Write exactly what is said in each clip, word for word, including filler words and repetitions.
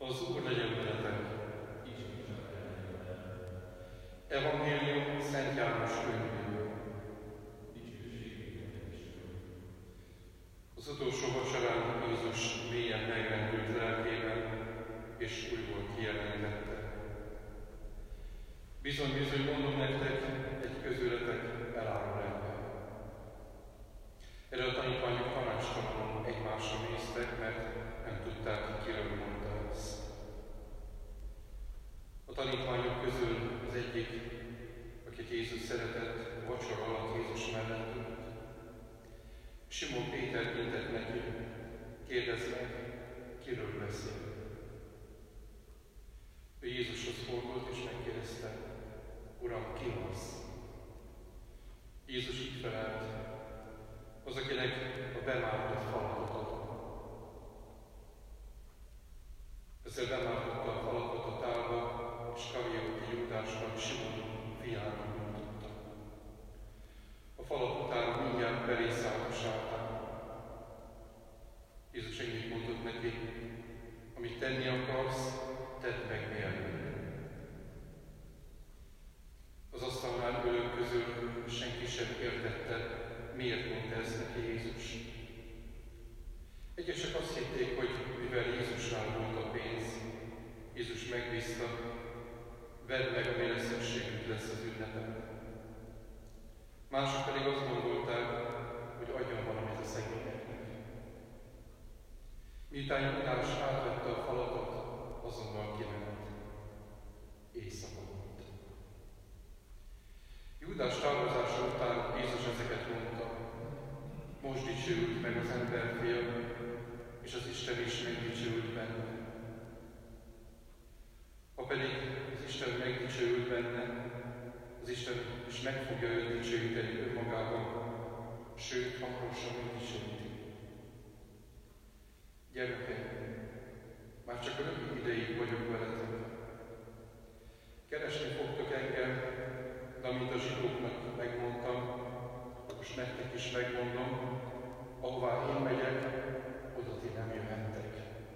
Az Úr legyen veletek. Evangélium Szent János könyvéből. Az utolsó vacsorán Jézus mélyen megrendült lelkében, és újból kijelentette: Bizony, bizony, mondom nektek, egy közületek elárul ember. Erre a tanítványok tanácstalanul egymásra néztek, mert nem tudták, kiről mondta ezt. A tanítványok közül az egyik, akit Jézus szeretett, vacsora alatt Jézus mellett ült. Simon Péter intett neki, kérdezd meg, kiről beszél. Ő Jézushoz fordult és megkérdezte: Uram, ki az? Jézus így felelt: az, akinek a bemártott falatot adom. Ezzel bemártotta a falatot a tálba, és Kariopi Júdásnak, Simon fiának mutatta. A falak után mindjárt belé szállt a sátán. Jézus ennyit mondott neki: amit tenni akarsz, tedd meg mielőtt. Az asztalnál ülők közül senki sem értette, miért mondta ezt neki Jézus. Egyesek azt hitték, hogy mivel Jézusnál volt a pénz, Jézus megbízta: vedd meg, amire szükségünk lesz az ünnepen. Mások pedig azt gondolták, hogy adjon valamit a szegényeknek. Miután Júdás átvette a falatot, azonnal kiment. Éjszaka volt. Júdás távozása után Jézus ezeket mondta: most dicsőült meg az emberfia, és az Isten is megdicsőült benne. Ha pedig az Isten megdicsőült benne, az Isten is meg fogja őt dicsőíteni önmagában, sőt, hamarosan megdicsőíti. Gyermekeim, már csak rövid ideig vagyok veletek. Keresni fogtok engem, de amint a zsidóknak megmondtam, most nektek is megmondom, ahová én megyek, oda ti nem jöhettek.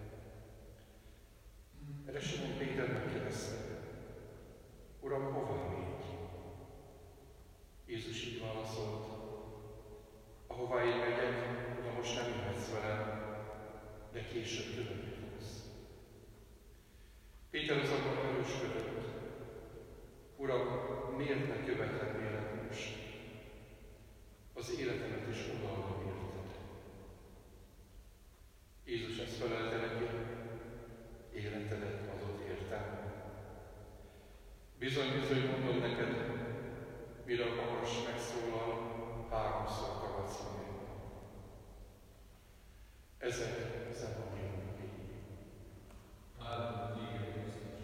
Erre Simon Péter megkérdezte: Uram, hová mégy? Jézus így válaszolt: ahová én megyek, oda most nem jöhetsz velem, de később követni fogsz. Péter azonban erősködött: Uram, miért ne követhetnélek most? Az életemet is odaadom érted. Jézus ezt felelte neki: életedet adott értem. Bizony, bizony, mondom neked, mire a magas megszólal, háromszor tagadsz meg. Ezek az evangéliumok. Áldott téged, Krisztus.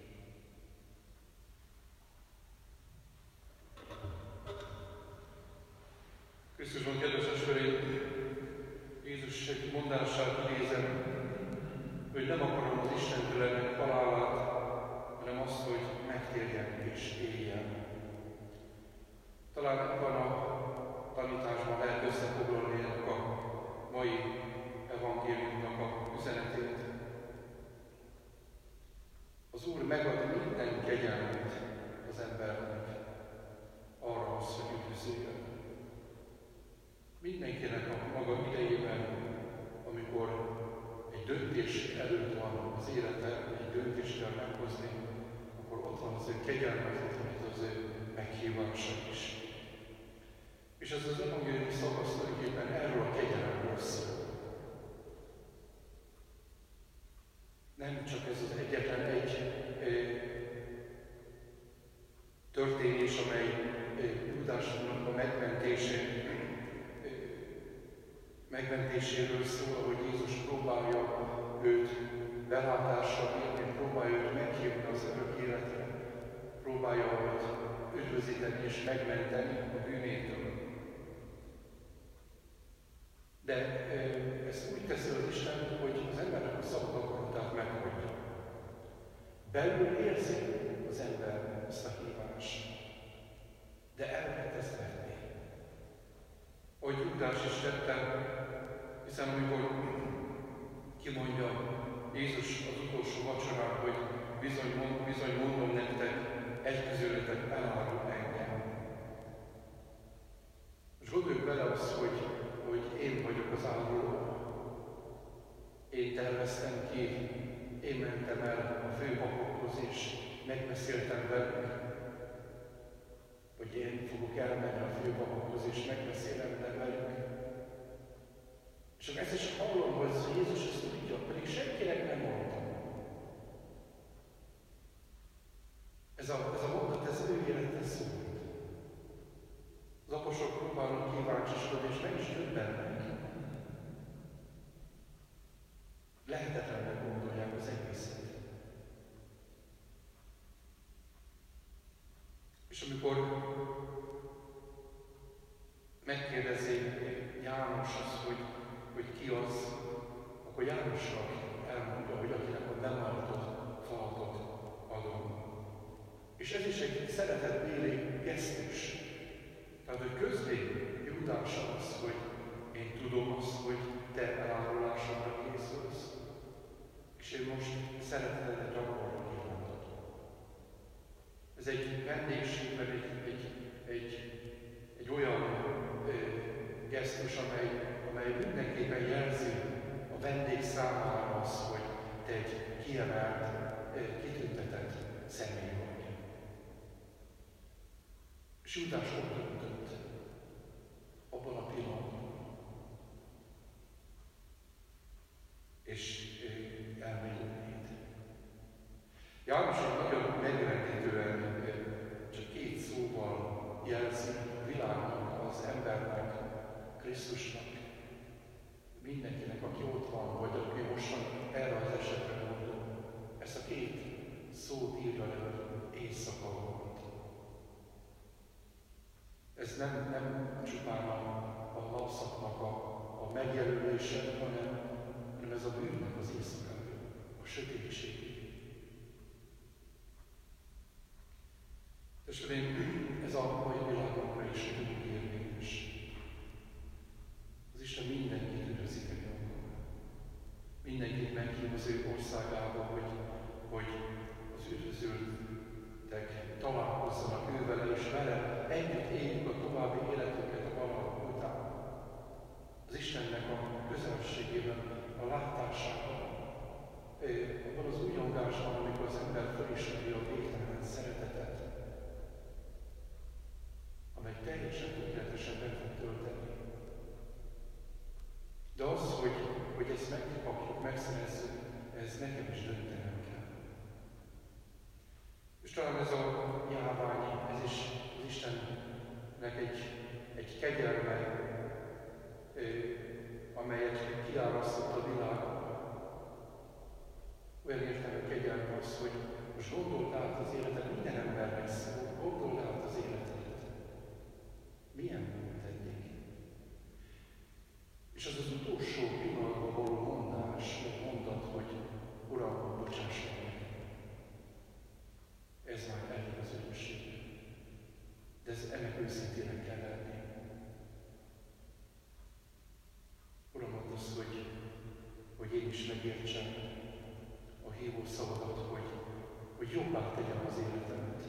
Krisztusban, kedves testvéreim, Jézus egy mondását idézem, hogy nem akarom az istentelenek halálát, hanem azt, hogy megtérjen és éljen. Talán ebben a tanításban lehet összefoglalni ennek a mai evangéliumnak a üzenetét. Az Úr megad minden kegyelmet az embernek arra az, hogy üdvözüljön. Mindenkinek a maga idejében, amikor egy döntés előtt van az élete, egy döntést kell meghozni, akkor ott van az ő kegyelmet, ott van az ő meghívása is. És ez az evangélium szakasz tulajdonképpen erről a kegyelemről szól. Nem csak ez az egyetlen egy e, történés, amely e, Júdásnak a megmentésén megmentéséről szól, ahogy Jézus próbálja őt belátásra bírni, próbálja őt meghívni az örök életre, próbálja őt üdvözíteni és megmenteni a bűnétől. De ezt úgy teszi az Isten, hogy az embernek a szabad akaratát meghagyja. Belül érzi az ember ezt a hívást, de el lehet ezt venni. Ahogy Júdás is tette, hiszen amikor kimondja Jézus az utolsó vacsorán, hogy bizony, bizony mondom nektek, egy közületek elárul engem. És gondoljuk bele azt, hogy, hogy én vagyok az áruló. Én terveztem ki, én mentem el a főpapokhoz, és megbeszéltem velük. Vagy én fogok elmenni a főpapokhoz, és megbeszélem velük. És akkor ezt is hallom, hogy Jézus ezt tudja, pedig senkinek nem mondta. Ez a, ez a mondat, ez ő élete szólt. Az apostolok próbálnak kíváncsiskodni, és meg is döbbennek. Lehetetlennek gondolják az egészet. És amikor megkérdezi János azt, hogy, hogy ki az, akkor Jánosnak elmondja, hogy akinek a nem ártott falatot adom. És ez is egy szeretetbéli gesztus. Tehát, hogy közli Judással az, hogy én tudom azt, hogy te elárulásodra készülsz, és én most szeretetet gyakorlok irántot. Ez egy vendégségben egy, egy, egy, egy olyan ö, gesztus, amely, amely mindenképpen jelzi a vendég számára az, hogy te egy kiemelt, ö, kitüntetett személy vagy. És Judás ott döntött, abban a pillanatban. És elmegy innét. Jánosnak nagyon megrendítően csak két szóval jelzi a világnak, az embernek, Krisztusnak, mindenkinek, aki ott van, vagy aki mostan erre az esetre gondol. Ezt a két szót írja le, hogy éjszaka volt. Ez nem, nem csupán a, a napszaknak a, a megjelölése, hanem, hanem ez a bűnnek az éjszakája, a sötétség. És ez a mai világunkra is úgy érvényes. Az Isten mindenkit üdvözít meg magára. Mindenkit meghív az ő országába, hogy, hogy az üdvözültek találkozzanak ővele és vele, együtt éljük a további életüket a halál után. Az Istennek a közelségében, a látásában, abban az újongásban, amikor az ember felismeri a végtelen szeretetet, amely teljesen tökéletesen be fog tölteni. De az, hogy, hogy ezt megkapjuk, megszerezzük, ez nekem is döntenem kell. És talán ez a járvány, ez is az Istennek egy, egy kegyelme, amelyet kiárasztott a világban. Olyan értelme kegyelme az, hogy most gondold át az életed, minden embernek szól, gondold át az életedet. Milyen volt eddig? És az az utolsó pillanatban való mondás, vagy mondat, hogy Uram, bocsáss meg. Ez már elég az örökség. De ez ennek őszintének kell lenni. Uram, mondd azt, hogy, hogy én is megértsem a hívó szavadat, hogy, hogy jobbá tegyem az életemet.